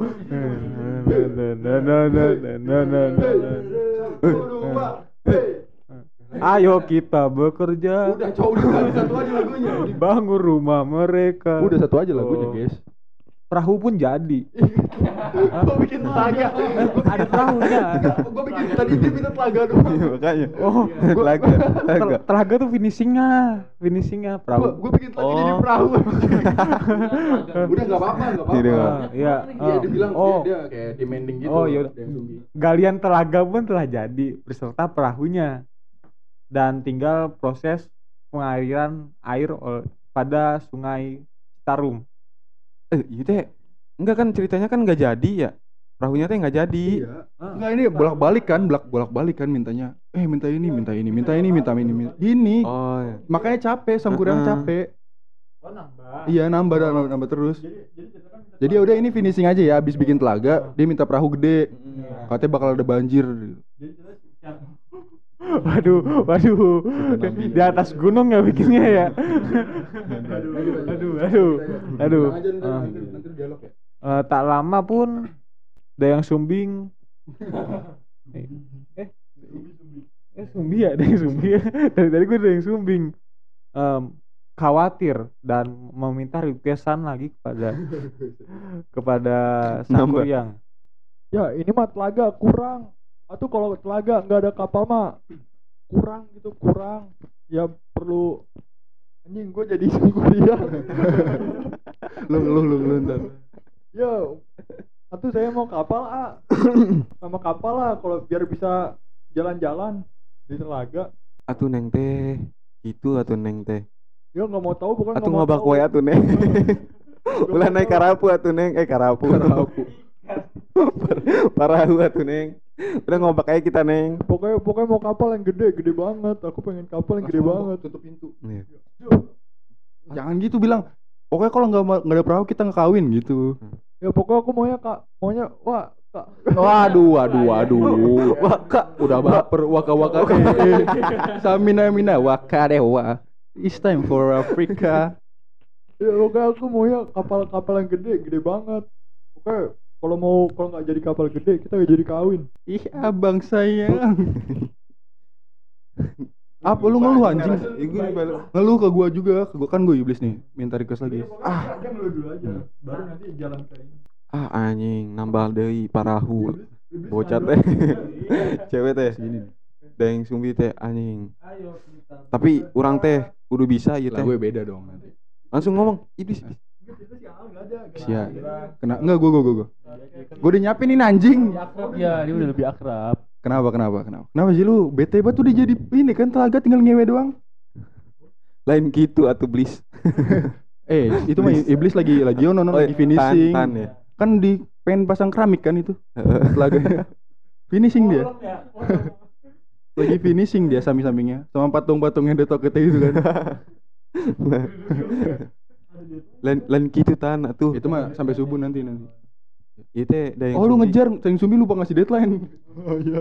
Ayo kita bekerja. Udah satu aja lagunya. Bangun rumah mereka. Udah satu aja lagunya, guys. Perahu pun jadi. Gua bikin telaga. Ada perahunya. Gua bikin tadi dia minta telaga doang. Makanya. Oh, Telaga. telaga tuh finishingnya perahu. Gua bikin tadi jadi perahu. Udah enggak apa-apa. Iya. Dia bilang dia kayak demanding gitu. Oh, iya. Galian telaga pun telah jadi beserta perahunya. Dan tinggal proses pengaliran air pada Sungai Citarum. Iya teh. Enggak kan ceritanya kan enggak jadi ya. Perahunya teh enggak jadi. Iya. Enggak ini bolak-balik kan mintanya. Minta ini. Gini. Oh. Iya. Makanya capek, Sangkuriang capek. Oh, nambah. Iya, nambah terus. Jadi ya udah ini finishing aja ya, habis bikin telaga, dia minta perahu gede. Katanya bakal ada banjir. Waduh. Di atas gunung ya bikinnya ya. Aduh. Nanti dialog ya. Tak lama pun Dayang Sumbing. Sumbi ya, Dayang Sumbi ya. Dari tadi gue Dayang Sumbing. Khawatir dan meminta requestan lagi kepada Sangkuriang. Ya ini mah telaga kurang. Atau kalau telaga nggak ada kapal mah kurang. Ya perlu anjing gue jadi Sangkuriang. Lu ntar. Yo, atau saya mau kapal sama kapal lah kalau biar bisa jalan-jalan di telaga. Atuh neng teh. Itu atuh neng teh. Yo nggak mau tahu bukan Atuh nggak mau ngobak tahu. wae atuh neng. Ulah naik karapu atuh neng. Karapu. Parahu atuh neng. Udah ngobak aja kita neng. Pokoknya mau kapal yang gede banget. Aku pengen kapal yang gede banget. Tutup pintu. Iya. Jangan gitu bilang. Pokoknya kalau nggak ada perahu kita nggak kawin gitu. Ya pokoknya aku maunya wah kak. Waduh. Wah kak, udah baper waka. Samina waka dewa. It's time for Africa. Ya pokoknya aku maunya kapal yang gede banget. Pokoknya kalau nggak jadi kapal gede kita nggak jadi kawin. Ih abang sayang. Apa lu ngeluh anjing? Ngeluh ke gua juga. Gua kan gue iblis nih. Minta request lagi. Dia ngeluh dulu aja. Baru nanti jalan ke ini. Anjing nambah deui parahu. Bocah teh. Cewek teh. Sini. Dayang Sumbi teh anjing. Tapi urang teh kudu bisa ieu teh. Gue beda dong nanti. Langsung ngomong, iblis. Siap. Kena enggak gua. Gua udah nyiapin ini anjing. Ya, dia udah lebih akrab. Kenapa sih lu bete banget tuh dia jadi ini kan telaga tinggal ngewe doang. Lain gitu atuh blis. Itu mah iblis lagi lagi finishing. Tan ya. Kan di pengen pasang keramik kan itu. Telaganya. Finishing dia. Lagi finishing dia samping-sampingnya sama patung-patung yang detok itu kan. Lain gitu tan atuh. Itu mah sampai subuh nanti. Ieu teh Dayang Lu Sumbi. ngejar Dayang Sumbi lupa ngasih deadline. Oh iya.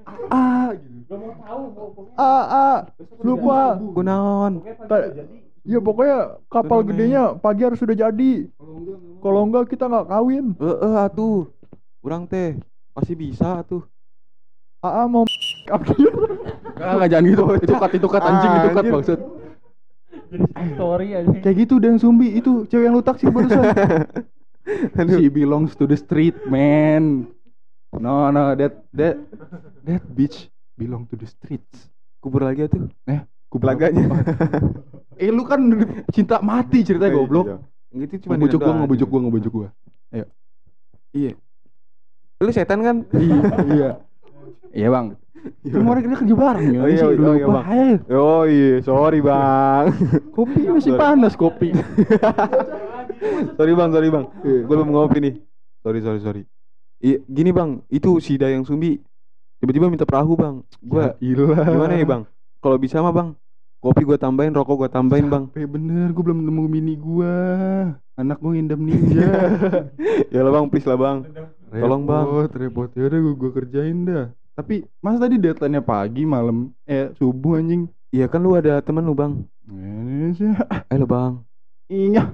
Lupa. Kunaon? Ya pokoknya kapal gedenya pagi harus sudah jadi. Kalau enggak kita nggak kawin. Atuh. Urang teh pasti bisa atuh. Mau Enggak jangan gitu. Itu cut anjing itu cut maksud. Story aja. Kayak gitu Dayang Sumbi itu cewek yang lu taksir barusan. She belongs to the street, man. No, that bitch belong to the streets. Kubur lagi atuh. Kubur Laganya. Lu kan cinta mati ceritanya goblok. Gitu cuma Ngebujuk gua. Ayo. Iya. Lu setan kan? Iya. Iya, Bang. Semua orang kerja bareng ya. Oh iya, lupa. Bang. Oh iya, sorry Bang. Kopi masih panas kopi. sorry bang. Gue belum ngopi nih. Sorry. Iya, gini Bang, itu si Dayang Sumbi tiba-tiba minta perahu Bang. Gua gimana ya Bang? Kalau bisa mah Bang, kopi gue tambahin, rokok gue tambahin Bang. Bener, gue belum nemu mini gue. Anak gue ngindam ninja. Ya lah Bang, please lah Bang. Tolong Bang. Repot. Ya udah gue kerjain dah. Tapi masa tadi deadline-nya pagi, malam, subuh anjing. Iya kan lu ada temen lu Bang. Ayo Bang. Iya.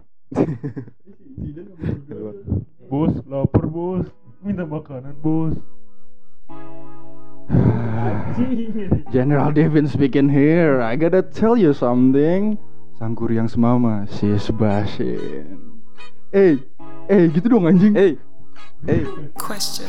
Bos, lapar bos. Minta makanan bos. General Devin speaking here. I gotta tell you something. Sangkuriang semama, sis basin. Gitu dong anjing. Question.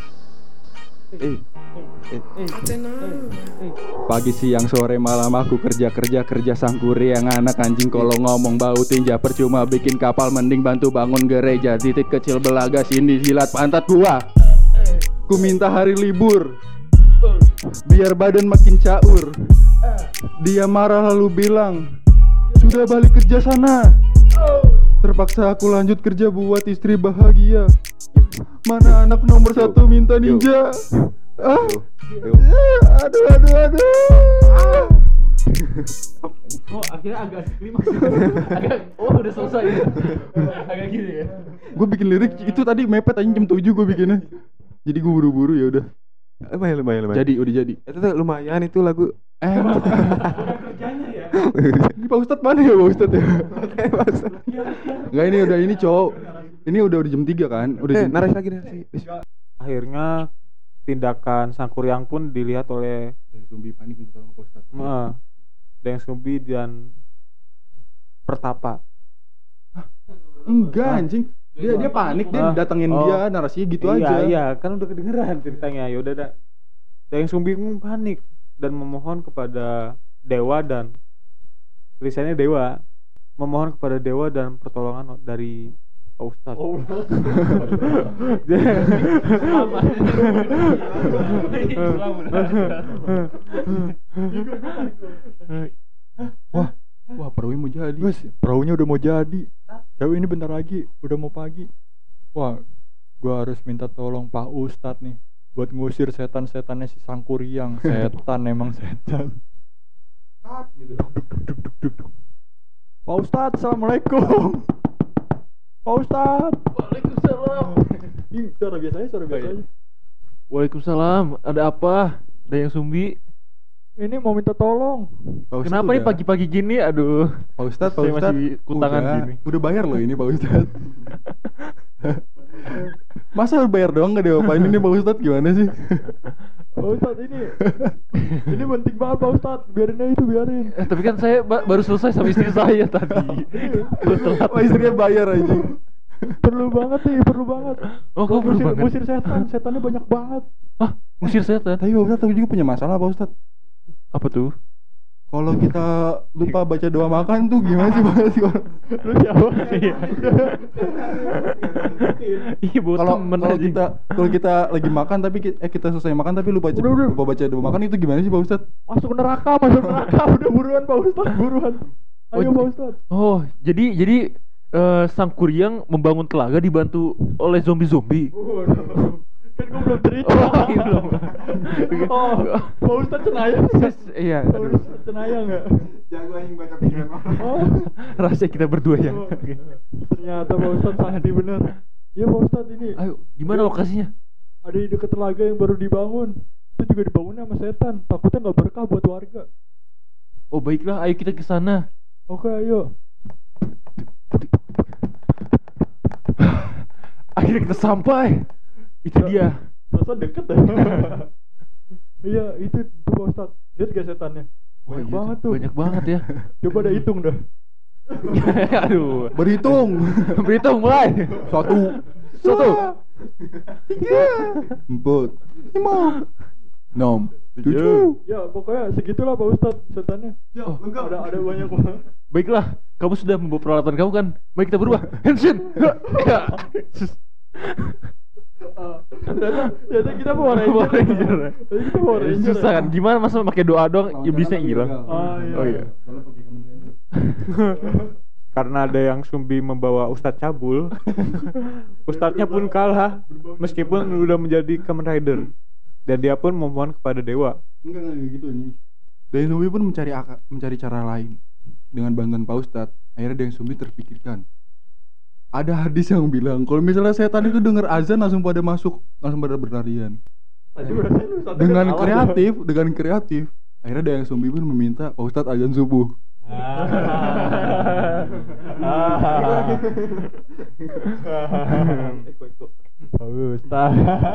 Pagi siang sore malam aku kerja sangkuriang anak anjing. Kalau ngomong bau tinja percuma bikin kapal, mending bantu bangun gereja. Titik kecil belaga sini jilat pantat gua. Ku minta hari libur biar badan makin caur. Dia marah lalu bilang, sudah balik kerja sana. Terpaksa aku lanjut kerja buat istri bahagia. Mana anak nomor satu minta ninja. Aduh. Oh akhirnya agak klimaks. Udah selesai ya. Agak gitu ya. Gue bikin lirik itu tadi mepet aja jam 7 gue bikinnya. Jadi gue buru-buru ya udah. Lumayan. Udah jadi. Itu tuh lumayan itu lagu. Kerjanya ya. Ini Pak Ustadz mana ya Pak Ustadz ya? Enggak, ini cowok. Ini udah jam 3 kan? Udah Narasi lagi. Akhirnya tindakan Sangkuriang pun dilihat oleh Sumbi panik minta tolong Pak Ustadz. Dayang Sumbi dan Pertapa. Enggak anjing. Dia panik, dia datengin dia, narasinya gitu aja. Iya, kan udah kedengeran ceritanya. Ya udah dah. Dayang Sumbi pun panik dan memohon kepada dewa dan tulisannya dewa, memohon kepada dewa dan pertolongan dari Pak Ustadz. Wah, perahunya mau jadi. Gus, perahunya udah mau jadi. Tapi ini bentar lagi, udah mau pagi. Wah, gua harus minta tolong Pak Ustadz nih buat ngusir setan-setannya si Sangkuriang. Setan emang setan. Pak Ustadz, assalamualaikum. Pak Ustadz. Waalaikumsalam. Suara biasa aja. Waalaikumsalam. Ada apa? Dayang Sumbi? Ini mau minta tolong. Kenapa nih pagi-pagi gini? Aduh. Pak Ustadz, Saya masih kutangan gini. Udah bayar loh ini Pak Ustadz. Masa bayar doang gak diapain ini Pak Ustadz, gimana sih? Pak Ustadz ini penting banget Pak Ustadz. Biarin. Tapi kan saya baru selesai sama istri saya tadi. Oh, istrinya bayar aja. Perlu banget. Oh, kamu perlu banget. Musir setannya banyak banget. Hah? Musir setan? Tapi Pak Ustadz juga punya masalah Pak Ustadz. Apa tuh? Kalau kita lupa baca doa makan tuh gimana sih Pak? Lu siapa? Iya, kalau kita lagi makan tapi kita selesai makan tapi lupa baca doa makan itu gimana sih Pak Ustadz? Masuk neraka. Udah buruan Pak Ustadz, Ayo Pak Ustadz. Oh, jadi Sangkuriang membangun telaga dibantu oleh zombie-zombie. Kan gue belum cerita. Pak Ustadz cenayang. Iya. Pak Ustadz cenayang nggak? Jago anjing baca pikiran orang. Rahasia kita berdua ya. Ternyata Pak Ustadz sakti bener. Iya Pak Ustadz ini. Ayo, di mana lokasinya? Ada di dekat telaga yang baru dibangun. Itu juga dibangunnya sama setan. Takutnya nggak berkah buat warga. Oh baiklah, ayo kita ke sana. Oke, ayo. Akhirnya kita sampai. Itu dia. Perasaan deket dah. Iya, itu tuh Pak Ustadz. Lihat gak setannya? Banyak banget tuh. Banyak banget ya. Coba dah hitung dah. Aduh. Berhitung mulai. 1 2 3 4 5 6 7. Ya pokoknya segitulah Pak Ustadz setannya. Ya, ada banyak banget. Baiklah, kamu sudah membawa peralatan kamu kan? Mari kita berubah. Henshin. Ya. Ternyata kita Power Ranger. Kita Power Ranger. Susah kan? Gimana masa pakai doa doang iblisnya hilang? Oh iya. Karena ada yang Sumbi membawa Ustadz Cabul. Ustadznya pun kalah meskipun udah menjadi Kamen Rider. Dan dia pun memohon kepada dewa. Enggak gitu nih. Dayang Sumbi pun mencari cara lain dengan bantuan Pak Ustadz. Akhirnya Dayang Sumbi terpikirkan. Ada hadis yang bilang kalau misalnya setan itu dengar azan langsung pada masuk, langsung pada berlarian. Dengan kreatif. Akhirnya Dayang Sumbi pun meminta Pak Ustadz azan subuh. Pak Ustadz.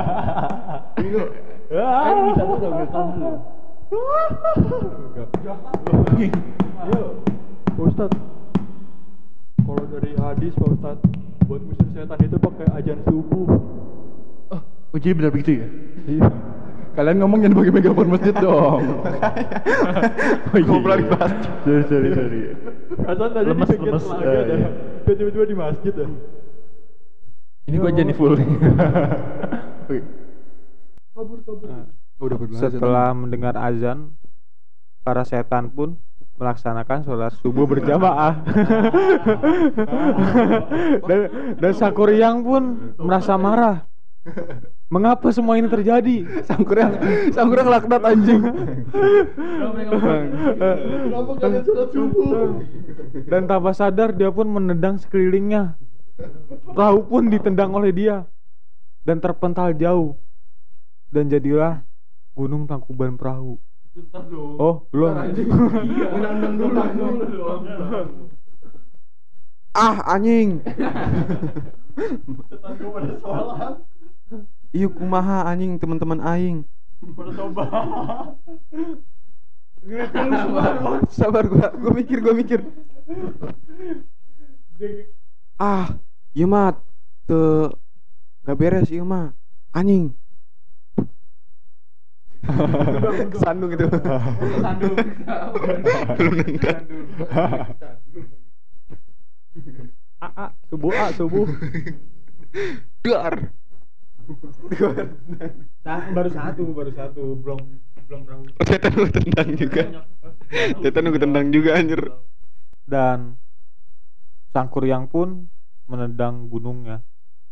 Pak Ustadz, kalau dari hadis Pak Ustadz, buat ngusir setan itu pakai azan subuh. Oh jadi benar begitu ya? Iya. Kalian ngomong jangan pakai megafon masjid dong. Ngobrol di masjid. Sorry. Hasan tadi di pinggir telaga dah. Tiba-tiba di masjid dah. Ini gua jadi full nih. Oke. Kabur. Udah Setelah mendengar azan, para setan pun melaksanakan sholat subuh berjamaah. dan Sakuriang pun merasa marah. Mengapa semua ini terjadi? Sangkuriang laknat anjing. Kenapa kalian sholat subuh? Dan tanpa sadar dia pun menendang sekelilingnya. Perahu pun ditendang oleh dia dan terpental jauh. Dan jadilah Gunung Tangkuban Perahu. Oh, belum. Anjing. Tetangga pada sholat. Iya kumaha anjing teman-teman aing. Pada tobat. Sabar gua mikir. Iya mah gak beres iya mah. Anjing. Sandung itu. Belum nendang. Subuh. Dar. Baru satu, belum perahu. Setan nunggu tendang juga anjir. Dan Sangkuriang pun menendang gunungnya.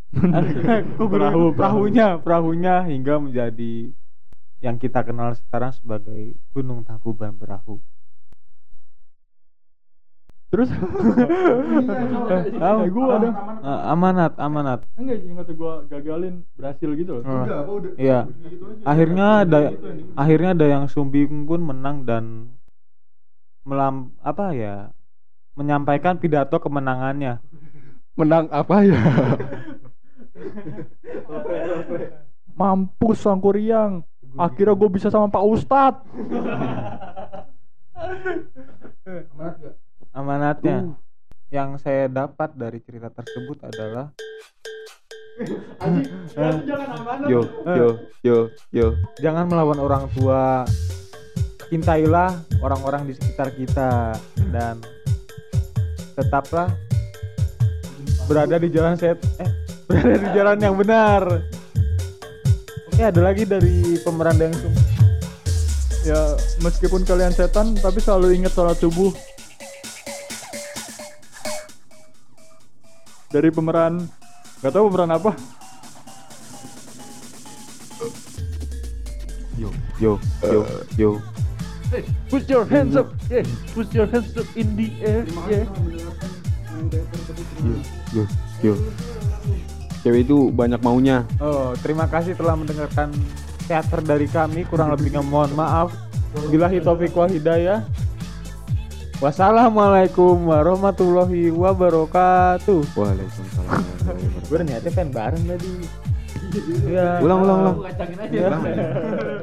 Perahunya hingga menjadi yang kita kenal sekarang sebagai Gunung Tangkuban Perahu. Terus gua ada amanat. enggak ingat gua gagalin berhasil gitu loh. Iya. Akhirnya ada yang Sumbi pun menang dan menyampaikan pidato kemenangannya. Menang apa ya? Mampus Sangkuriang. Akhirnya gue bisa sama Pak Ustadz. Amanatnya yang saya dapat dari cerita tersebut adalah Jangan amanat. Yo. Jangan melawan orang tua. Cintailah orang-orang di sekitar kita dan tetaplah berada di jalan yang benar. Oke, ada lagi dari pemeran Dayang Sumbi. Ya, meskipun kalian setan tapi selalu ingat sholat subuh. Dari pemeran, gak tahu pemeran apa. Yo. Hey, put your hands up. Yeah, put your hands up in the air. Yeah. Yo. Cewek itu banyak maunya. Oh, terima kasih telah mendengarkan teater dari kami. Kurang lebihnya mohon maaf. Billahi taufiq wal hidayah. Wassalamualaikum warahmatullahi wabarakatuh. Waalaikumsalam. Gue niatnya kan bareng tadi. Ya. Ulang. Kacangin aja.